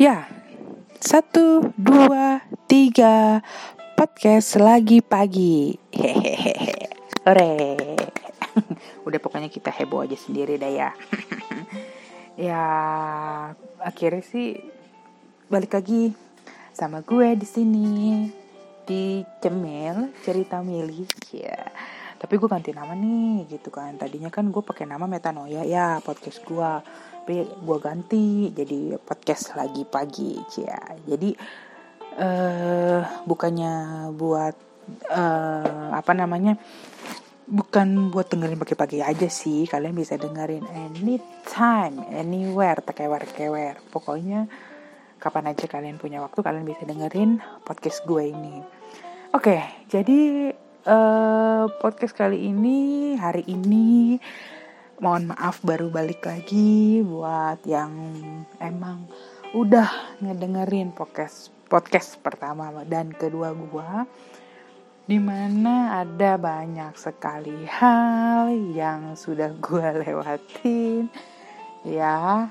Ya, 1, 2, 3 podcast lagi pagi. Hehehe. Ore. Udah pokoknya kita heboh aja sendiri dah ya. Ya, akhirnya sih balik lagi sama gue di sini di Cemil Cerita Mili. Ya. Tapi gue ganti nama nih gitu kan. Tadinya kan gue pakai nama Metanoia ya podcast gue. Tapi gue ganti jadi podcast lagi pagi ya. Jadi bukannya buat bukan buat dengerin pagi-pagi aja sih. Kalian bisa dengerin anytime, anywhere, tekewer-kewer. Pokoknya kapan aja kalian punya waktu, kalian bisa dengerin podcast gue ini. Oke, jadi podcast kali ini, hari ini, mohon maaf baru balik lagi buat yang emang udah ngedengerin podcast pertama dan kedua gua, dimana ada banyak sekali hal yang sudah gua lewatin ya.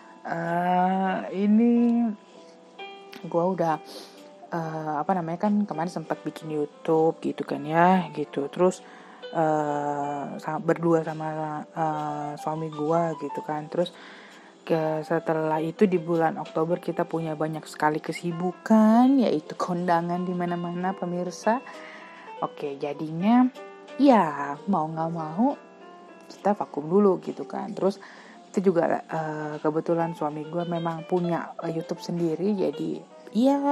Ini gua udah kan kemarin sempat bikin YouTube gitu kan ya gitu, terus berdua sama suami gua gitu kan. Terus setelah itu di bulan Oktober kita punya banyak sekali kesibukan, yaitu kondangan di mana-mana pemirsa. Oke, jadinya ya mau nggak mau kita vakum dulu gitu kan. Terus itu juga kebetulan suami gua memang punya YouTube sendiri, jadi ya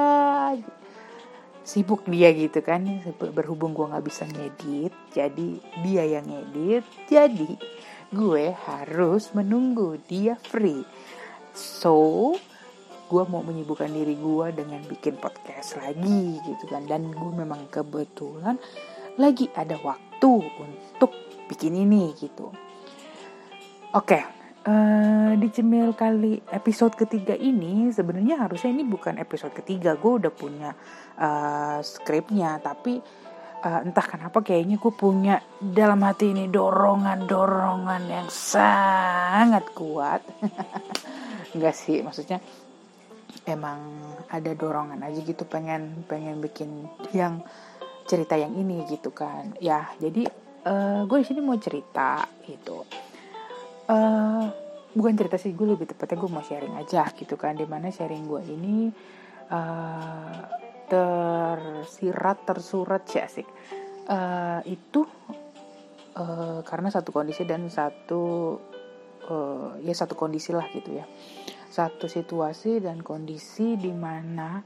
sibuk dia gitu kan. Berhubung gue gak bisa ngedit, jadi dia yang ngedit, jadi gue harus menunggu dia free. So gue mau menyibukkan diri gue dengan bikin podcast lagi gitu kan. Dan gue memang kebetulan lagi ada waktu untuk bikin ini gitu. Oke. Di Cemil kali episode ketiga ini, sebenarnya harusnya ini bukan episode ketiga, gue udah punya skripnya, tapi entah kenapa kayaknya gue punya dalam hati ini dorongan yang sangat kuat. Enggak sih, maksudnya emang ada dorongan aja gitu, pengen bikin yang cerita yang ini gitu kan ya. Jadi gue di sini mau cerita gitu. Bukan cerita sih, gue lebih tepatnya gue mau sharing aja gitu kan, dimana sharing gue ini tersurat sih asik itu karena satu kondisi dan satu kondisi lah gitu ya, satu situasi dan kondisi dimana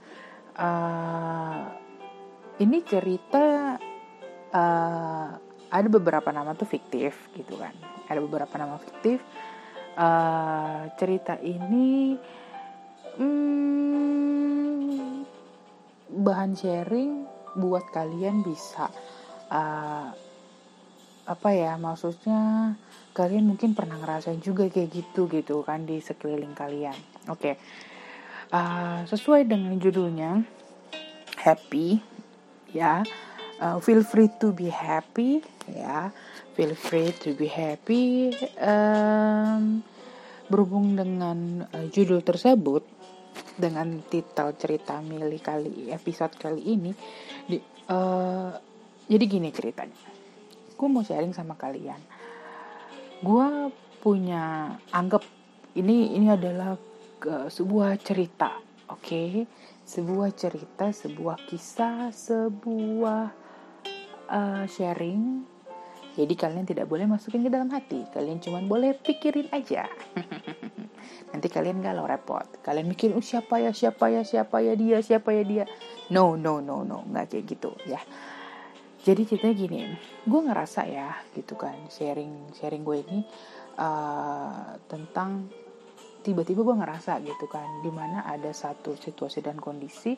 ini cerita ada beberapa nama tuh fiktif gitu kan, ada beberapa nama fiktif. Cerita ini bahan sharing buat kalian bisa maksudnya kalian mungkin pernah ngerasain juga kayak gitu kan di sekeliling kalian. Oke. Sesuai dengan judulnya happy ya. Feel free to be happy ya. Feel free to be happy. Berhubung dengan judul tersebut, dengan titel cerita Mili episode kali ini, jadi gini ceritanya. Gue mau sharing sama kalian. Gue punya, anggap ini adalah sebuah cerita, oke? Sebuah cerita, sebuah kisah, sebuah sharing. Jadi kalian tidak boleh masukin ke dalam hati, kalian cuma boleh pikirin aja. Nanti kalian galau repot, kalian mikir siapa ya dia. No, nggak kayak gitu ya. Jadi ceritanya gini, gue ngerasa ya gitu kan, sharing gue ini tentang tiba-tiba gue ngerasa gitu kan, dimana ada satu situasi dan kondisi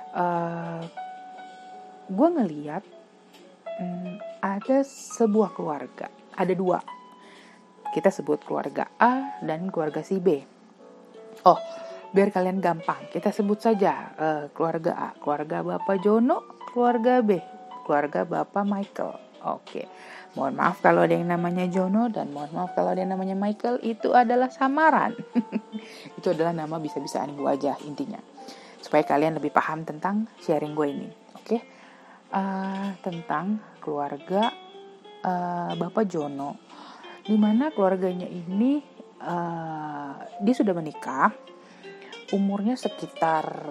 gue ngelihat ada sebuah keluarga, ada dua, kita sebut keluarga A dan keluarga si B. Oh, biar kalian gampang, kita sebut saja keluarga A, keluarga Bapak Jono, keluarga B, keluarga Bapak Michael. Oke, mohon maaf kalau ada yang namanya Jono dan mohon maaf kalau ada yang namanya Michael, itu adalah samaran. Itu adalah nama bisa-bisaan gue aja intinya, supaya kalian lebih paham tentang sharing gue ini. Oke, tentang keluarga Bapak Jono, dimana keluarganya ini dia sudah menikah, umurnya sekitar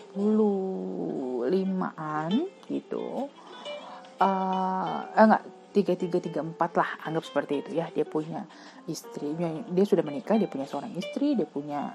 35-an gitu. Enggak, 33-34 lah, anggap seperti itu ya. Dia punya istri, dia sudah menikah, dia punya seorang istri, dia punya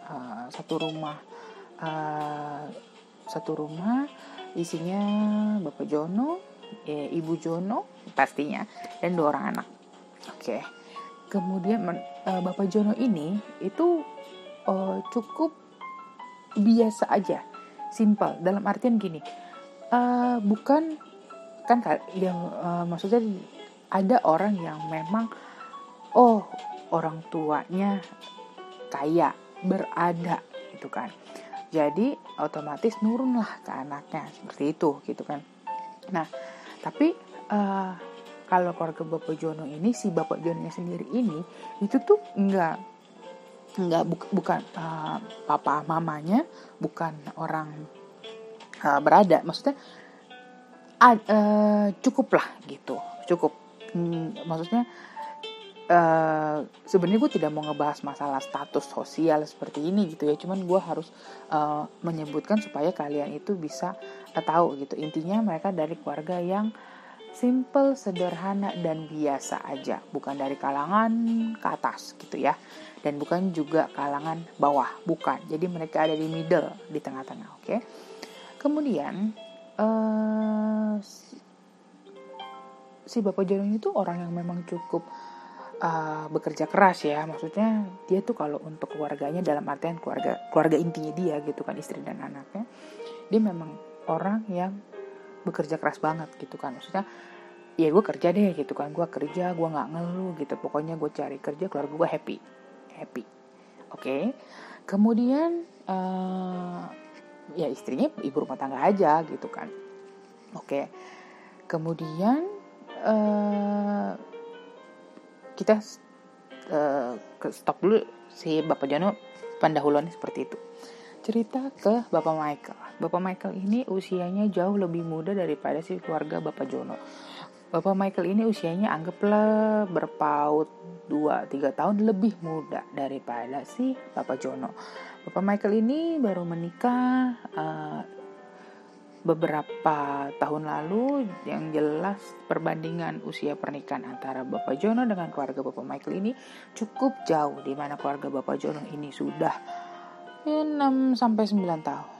satu rumah isinya Bapak Jono, Ibu Jono pastinya, dan 2 orang anak. Oke. Kemudian Bapak Jono ini itu cukup biasa aja, simple, dalam artian gini, bukan kan yang maksudnya ada orang yang memang orang tuanya kaya, berada gitu kan, jadi otomatis nurunlah ke anaknya seperti itu gitu kan. Nah tapi kalau keluarga Bapak Jono ini, si Bapak Jononya sendiri ini itu tuh bukan papa mamanya bukan orang berada, maksudnya cukup lah gitu, cukup. Maksudnya sebenarnya gue tidak mau ngebahas masalah status sosial seperti ini gitu ya, cuman gue harus menyebutkan supaya kalian itu bisa tahu gitu. Intinya mereka dari keluarga yang simple, sederhana, dan biasa aja, bukan dari kalangan ke atas gitu ya, dan bukan juga kalangan bawah, bukan. Jadi mereka ada di middle, di tengah-tengah. Oke. Kemudian si Bapak Jono ini tuh orang yang memang cukup bekerja keras ya, maksudnya dia tuh kalau untuk keluarganya, dalam artian keluarga intinya dia gitu kan, istri dan anaknya, dia memang orang yang bekerja keras banget gitu kan. Maksudnya ya gue kerja deh gitu kan, gue kerja, gue nggak ngeluh gitu, pokoknya gue cari kerja, keluarga gue happy. Oke. Kemudian ya istrinya ibu rumah tangga aja gitu kan. Oke. Kemudian kita stop dulu si Bapak Jono pendahuluannya seperti itu. Cerita ke Bapak Michael. Bapak Michael ini usianya jauh lebih muda daripada si keluarga Bapak Jono. Bapak Michael ini usianya anggaplah berpaut 2-3 tahun lebih muda daripada si Bapak Jono. Bapak Michael ini baru menikah beberapa tahun lalu. Yang jelas perbandingan usia pernikahan antara Bapak Jono dengan keluarga Bapak Michael ini cukup jauh, di mana keluarga Bapak Jono ini sudah 6-9 tahun.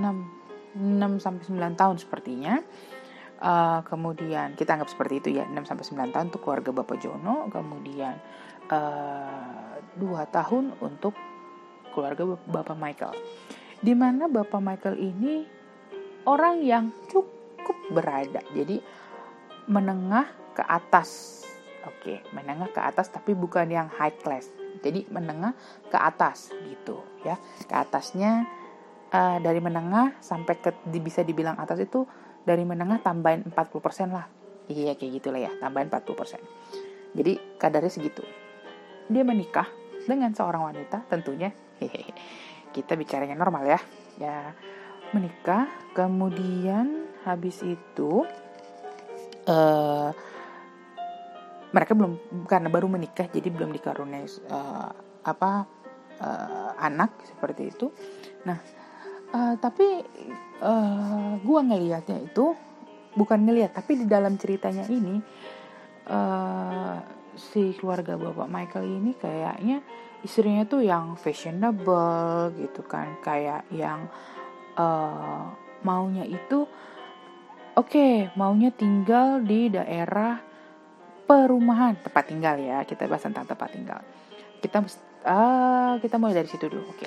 6-9 tahun sepertinya. Kemudian kita anggap seperti itu ya, 6-9 tahun untuk keluarga Bapak Jono, kemudian 2 tahun untuk keluarga Bapak Michael. Di mana Bapak Michael ini orang yang cukup berada, jadi menengah ke atas. Oke, menengah ke atas tapi bukan yang high class. Jadi menengah ke atas gitu ya. Ke atasnya dari menengah sampai ke bisa dibilang atas itu dari menengah tambahin 40% lah. Iya kayak gitulah ya, tambahin 40%. Jadi kadarnya segitu. Dia menikah dengan seorang wanita tentunya. Kita bicaranya normal ya. Ya, menikah, kemudian habis itu mereka karena baru menikah jadi belum dikaruniai anak seperti itu. Nah, tapi gue ngelihatnya itu bukan ngelihat, tapi di dalam ceritanya ini si keluarga Bapak Michael ini kayaknya istrinya tuh yang fashionable gitu kan, kayak yang maunya itu maunya tinggal di daerah perumahan, tempat tinggal ya, kita bahas tentang tempat tinggal. Kita mulai dari situ dulu.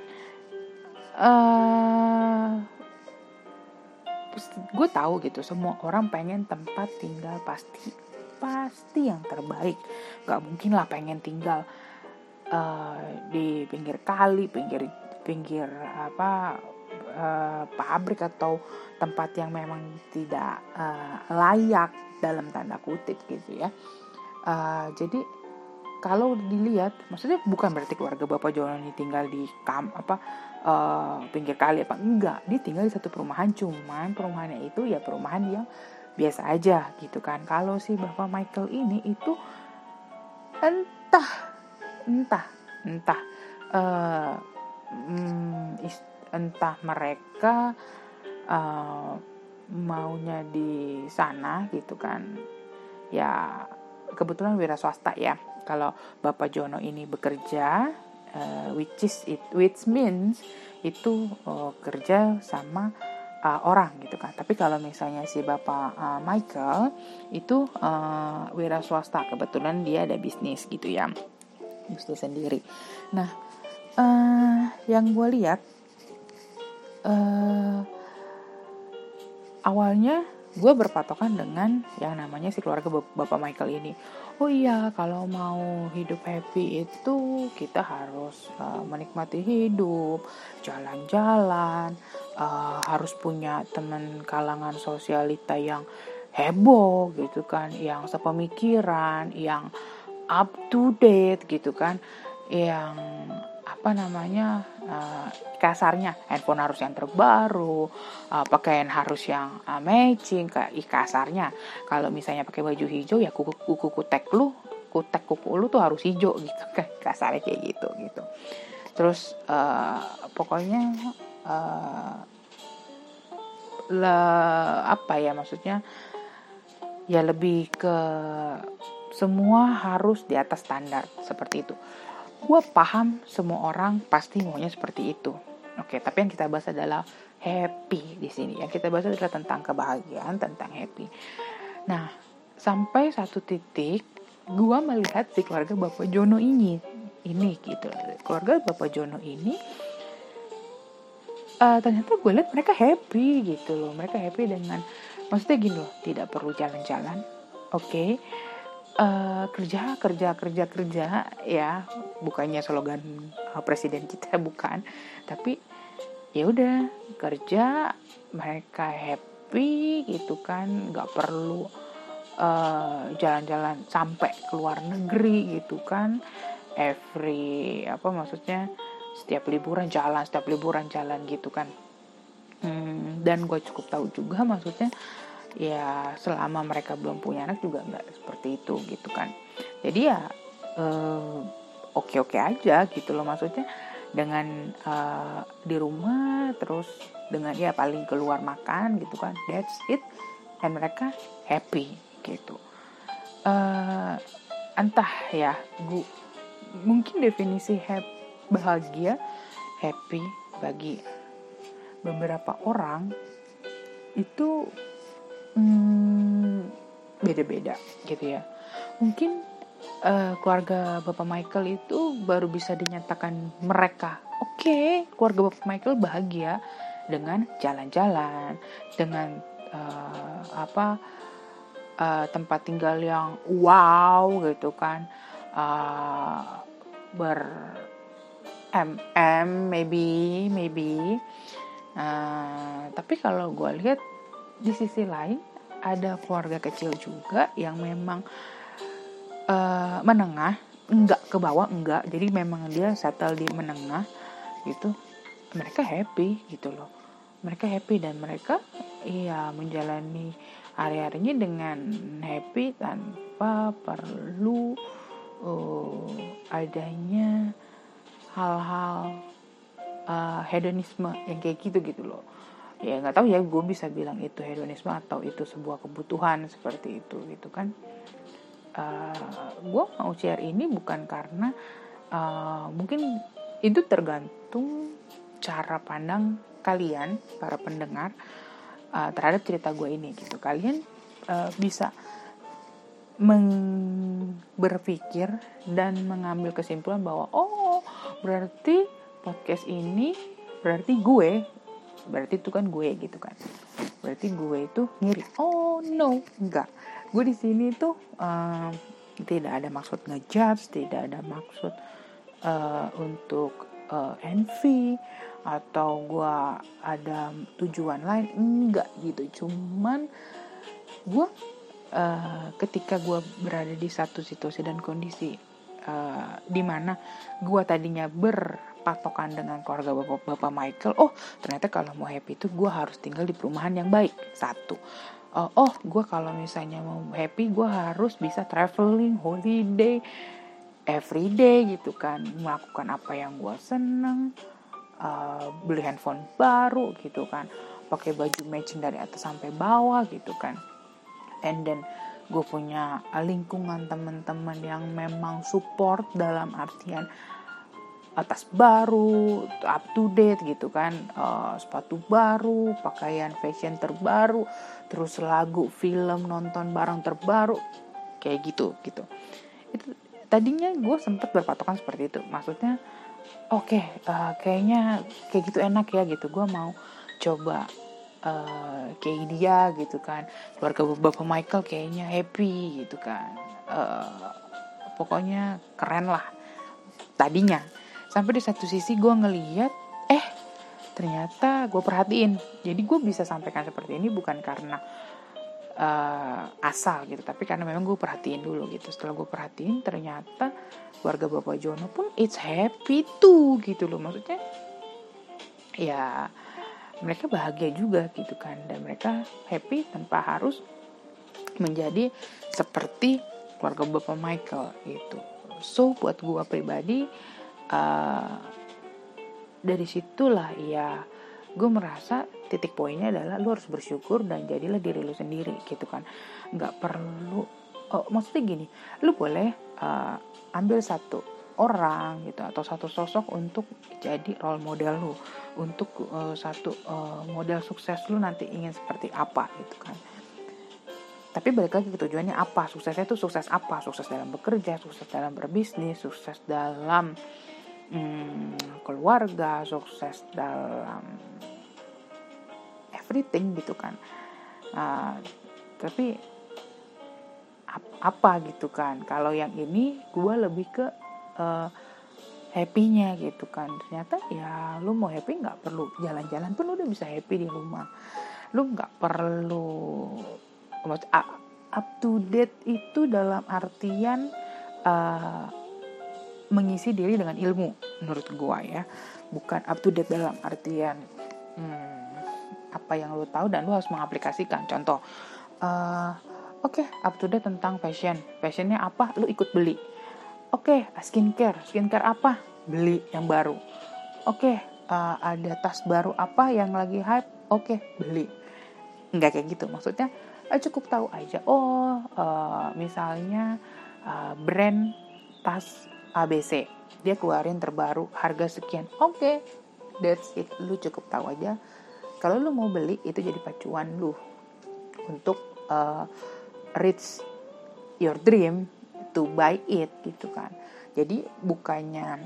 Gue tahu gitu, semua orang pengen tempat tinggal pasti yang terbaik. Gak mungkin lah pengen tinggal di pinggir kali, pinggir pabrik atau tempat yang memang tidak layak dalam tanda kutip gitu ya. Jadi kalau dilihat, maksudnya bukan berarti keluarga Bapak Jono ini tinggal di pinggir kali apa enggak, dia tinggal di satu perumahan, cuman perumahannya itu ya perumahan yang biasa aja gitu kan. Kalau si Bapak Michael ini itu entah entah mereka maunya di sana gitu kan ya, kebetulan wira swasta ya. Kalau Bapak Jono ini bekerja, which means itu kerja sama orang gitu kan. Tapi kalau misalnya si Bapak Michael itu wira swasta, kebetulan dia ada bisnis gitu ya, bisnis sendiri. Nah, yang gue lihat awalnya gue berpatokan dengan yang namanya si keluarga Bapak Michael ini. Oh iya, kalau mau hidup happy itu kita harus menikmati hidup, jalan-jalan, harus punya teman kalangan sosialita yang heboh gitu kan, yang sepemikiran, yang up to date gitu kan, yang kasarnya handphone harus yang terbaru, pakaian harus yang matching, kayak kasarnya kalau misalnya pakai baju hijau ya kutek kuku lu tuh harus hijau gitu kan, kasarnya kayak gitu. Terus pokoknya maksudnya ya lebih ke semua harus di atas standar seperti itu. Gue paham semua orang pasti maunya seperti itu. Oke, tapi yang kita bahas adalah happy di sini. Yang kita bahas adalah tentang kebahagiaan, tentang happy. Nah, sampai satu titik gue melihat si keluarga Bapak Jono ini gitu. Keluarga Bapak Jono ini ternyata gue lihat mereka happy gitu loh. Mereka happy dengan, maksudnya gini loh, tidak perlu jalan-jalan. Oke. Kerja ya, bukannya slogan presiden kita, bukan, tapi ya udah kerja, mereka happy gitu kan, nggak perlu jalan-jalan sampai ke luar negeri gitu kan, setiap liburan jalan gitu kan. Dan gue cukup tahu juga, maksudnya ya selama mereka belum punya anak juga nggak seperti itu gitu kan. Jadi ya oke aja gitu loh, maksudnya dengan di rumah terus dengan ya paling keluar makan gitu kan, that's it, dan mereka happy gitu. Entah ya, mungkin definisi bahagia, happy bagi beberapa orang itu beda-beda gitu ya. Mungkin keluarga Bapak Michael itu baru bisa dinyatakan mereka keluarga Bapak Michael bahagia dengan jalan-jalan, dengan tempat tinggal yang wow gitu kan, maybe. Tapi kalau gue lihat di sisi lain ada keluarga kecil juga yang memang menengah, enggak ke bawah, enggak, jadi memang dia settle di menengah gitu. Mereka happy gitu loh, mereka happy dan mereka menjalani hari-harinya dengan happy tanpa perlu adanya hal-hal hedonisme yang kayak gitu loh. Ya nggak tahu ya, gue bisa bilang itu hedonisme atau itu sebuah kebutuhan seperti itu gitu kan. Gue mau share ini bukan karena mungkin itu tergantung cara pandang kalian para pendengar terhadap cerita gue ini gitu. Kalian bisa berpikir dan mengambil kesimpulan bahwa berarti podcast ini berarti itu kan gue gitu kan, berarti gue itu ngiri. No, enggak, gue di sini tuh tidak ada maksud ngejudge, tidak ada maksud untuk envy atau gue ada tujuan lain, enggak gitu. Cuman gue ketika gue berada di satu situasi dan kondisi di mana gue tadinya berpatokan dengan keluarga bapak Michael, ternyata kalau mau happy itu gue harus tinggal di perumahan yang baik, satu. Gue kalau misalnya mau happy gue harus bisa traveling, holiday, everyday gitu kan, melakukan apa yang gue seneng, beli handphone baru gitu kan, pakai baju matching dari atas sampai bawah gitu kan. And then gue punya lingkungan teman-teman yang memang support dalam artian tas baru, up to date gitu kan, sepatu baru, pakaian fashion terbaru, terus lagu, film, nonton barang terbaru, kayak gitu. Itu tadinya gue sempat berpatokan seperti itu, maksudnya kayaknya kayak gitu enak ya gitu, gue mau coba kayak dia gitu kan, keluarga bapak Michael kayaknya happy gitu kan, pokoknya keren lah tadinya. Sampai di satu sisi gue ngelihat ternyata gue perhatiin, jadi gue bisa sampaikan seperti ini bukan karena asal gitu, tapi karena memang gue perhatiin dulu gitu. Setelah gue perhatiin ternyata keluarga bapak Jono pun it's happy tuh gitu loh, maksudnya ya mereka bahagia juga gitu kan, dan mereka happy tanpa harus menjadi seperti keluarga bapak Michael gitu. So buat gue pribadi dari situlah ya gue merasa titik poinnya adalah lu harus bersyukur dan jadilah diri lu sendiri gitu kan. Nggak perlu maksudnya gini, lu boleh ambil satu orang gitu atau satu sosok untuk jadi role model lu, untuk satu model sukses lu nanti ingin seperti apa gitu kan. Tapi balik lagi ke tujuannya apa, suksesnya itu sukses apa, sukses dalam bekerja, sukses dalam berbisnis, sukses dalam keluarga, sukses dalam everything gitu kan. Tapi apa gitu kan. Kalau yang ini gue lebih ke happy-nya gitu kan. Ternyata ya lu mau happy gak perlu jalan-jalan pun lu udah bisa happy di rumah. Lu gak perlu up to date itu dalam artian mengisi diri dengan ilmu menurut gue ya. Bukan up to date dalam artian apa yang lu tahu dan lu harus mengaplikasikan. Contoh up to date tentang fashionnya apa, lu ikut beli. Skincare apa, beli yang baru. Ada tas baru apa yang lagi hype, beli. Enggak kayak gitu, maksudnya cukup tahu aja. Misalnya brand tas ABC dia keluarin terbaru harga sekian, that's it. Lu cukup tahu aja. Kalau lu mau beli itu jadi pacuan lu untuk reach your dream to buy it gitu kan. Jadi bukannya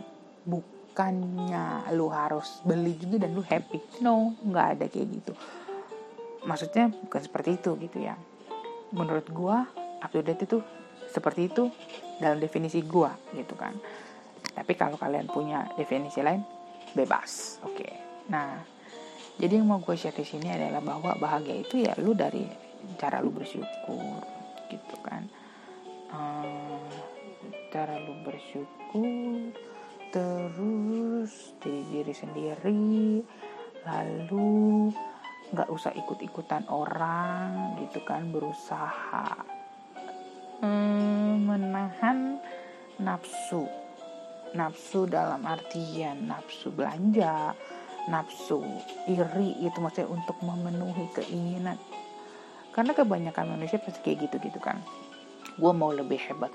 lu harus beli juga dan lu happy. No, nggak ada kayak gitu. Maksudnya bukan seperti itu gitu ya. Menurut gua up to date itu seperti itu dalam definisi gua gitu kan. Tapi kalau kalian punya definisi lain, bebas. Nah, jadi yang mau gue share di sini adalah bahwa bahagia itu ya lu dari cara lu bersyukur gitu kan. Cara lu bersyukur, terus diri sendiri, lalu nggak usah ikut-ikutan orang gitu kan, berusaha menahan nafsu dalam artian nafsu belanja, nafsu iri, itu maksudnya untuk memenuhi keinginan. Karena kebanyakan manusia pasti kayak gitu kan. Gue mau lebih hebat,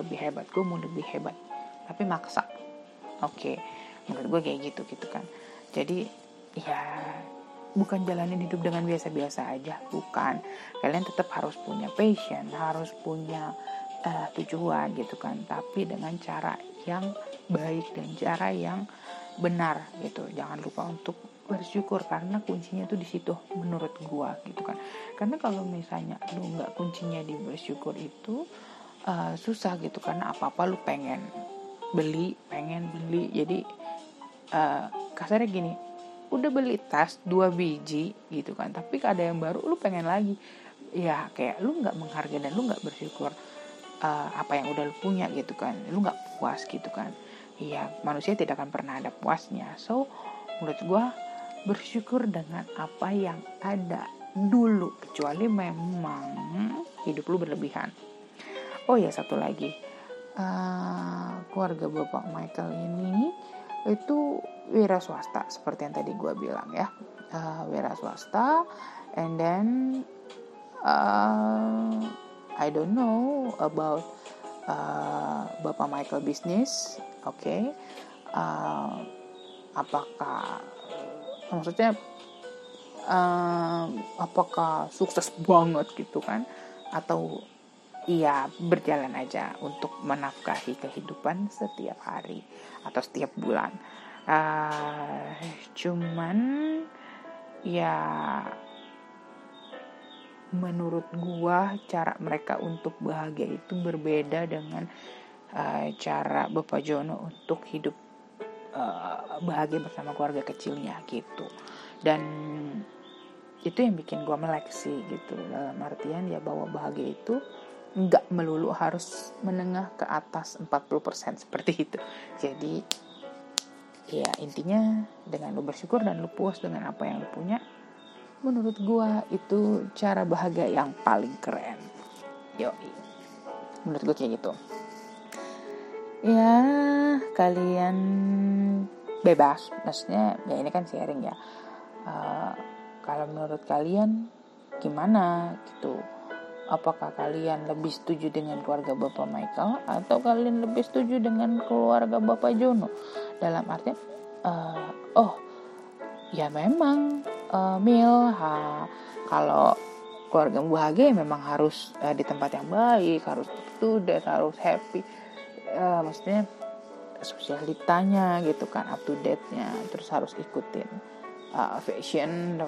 tapi maksa. Menurut gue kayak gitu kan. Jadi ya bukan jalanin hidup dengan biasa-biasa aja, bukan. Kalian tetap harus punya passion, harus punya tujuan gitu kan, tapi dengan cara yang baik dan cara yang benar gitu. Jangan lupa untuk bersyukur, karena kuncinya tuh di situ menurut gua gitu kan. Karena kalau misalnya lu nggak kuncinya di bersyukur itu susah gitu, karena apa-apa lu pengen beli, jadi kasarnya gini, udah beli tas 2 biji gitu kan, tapi ada yang baru lu pengen lagi, ya kayak lu nggak menghargai dan lu nggak bersyukur apa yang udah lu punya gitu kan, lu nggak puas gitu kan. Iya, manusia tidak akan pernah ada puasnya. So menurut gue, bersyukur dengan apa yang ada dulu, kecuali memang hidup lu berlebihan. Oh ya, satu lagi, keluarga Bapak Michael ini itu wira swasta seperti yang tadi gue bilang ya, wira swasta, and then I don't know about Bapak Michael business, okay? Apakah maksudnya apakah sukses banget gitu kan, atau iya berjalan aja untuk menafkahi kehidupan setiap hari atau setiap bulan. Cuman ya menurut gua cara mereka untuk bahagia itu berbeda dengan cara Bapak Jono untuk hidup bahagia bersama keluarga kecilnya gitu. Dan itu yang bikin gue melek sih gitu, dalam artian ya bahwa bahagia itu nggak melulu harus menengah ke atas 40% seperti itu. Jadi ya intinya dengan lu bersyukur dan lu puas dengan apa yang lu punya, menurut gue itu cara bahagia yang paling keren. Yoi, menurut gue kayak gitu. Ya kalian bebas, maksudnya ya ini kan sharing ya. Kalau menurut kalian gimana gitu? Apakah kalian lebih setuju dengan keluarga Bapak Michael atau kalian lebih setuju dengan keluarga Bapak Jono? Dalam artian, ya memang kalau keluarga bahagia memang harus di tempat yang baik, harus up to date, harus happy. Maksudnya sosialitanya gitu kan, up to date-nya, terus harus ikutin fashion,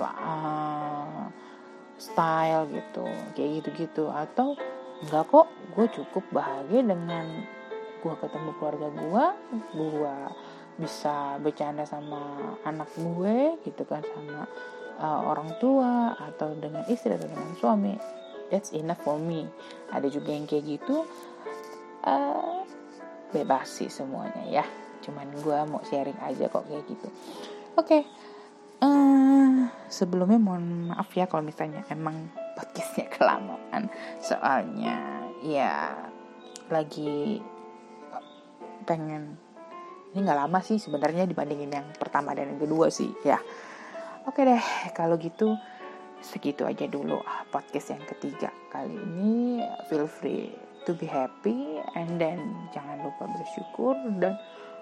style gitu, kayak gitu-gitu. Atau enggak kok, gue cukup bahagia dengan gue ketemu keluarga gue bisa bercanda sama anak gue gitu kan, sama orang tua atau dengan istri atau dengan suami, that's enough for me. Ada juga yang kayak gitu, bebas sih semuanya ya, cuman gue mau sharing aja kok kayak gitu. Oke. Sebelumnya mohon maaf ya kalau misalnya emang podcastnya kelamaan, soalnya ya lagi pengen, ini nggak lama sih sebenarnya dibandingin yang pertama dan yang kedua sih ya. Oke deh, kalau gitu segitu aja dulu podcast yang ketiga kali ini. Feel free to be happy, and then jangan lupa bersyukur, dan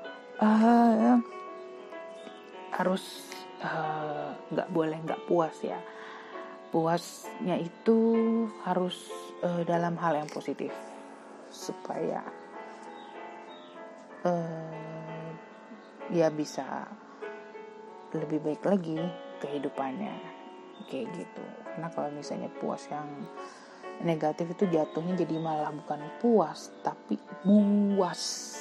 harus nggak boleh nggak puas ya. Puasnya itu harus dalam hal yang positif, supaya dia bisa lebih baik lagi kehidupannya kayak gitu. Karena kalau misalnya puas yang negatif itu jatuhnya jadi malah bukan puas tapi buas.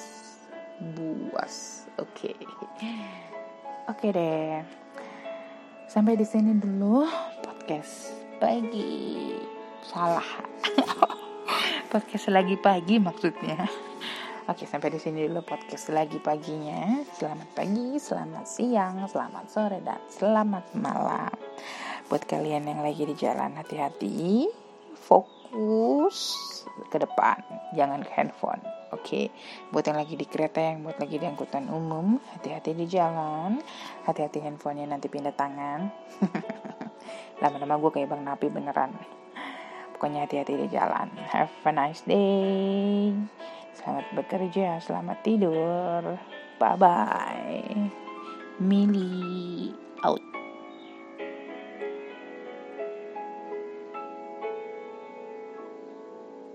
Oke deh, sampai di sini dulu podcast pagi. Salah. Podcast lagi pagi maksudnya. Oke, sampai di sini dulu podcast lagi paginya. Selamat pagi, selamat siang, selamat sore, dan selamat malam. Buat kalian yang lagi di jalan, hati-hati, fokus ke depan, jangan ke handphone. Oke. Buat yang lagi di kereta, yang buat lagi di angkutan umum, hati-hati di jalan, hati-hati handphonenya nanti pindah tangan. Lama-lama gue kayak Bang Napi beneran. Pokoknya hati-hati di jalan. Have a nice day. Selamat bekerja, selamat tidur. Bye-bye. Mili out.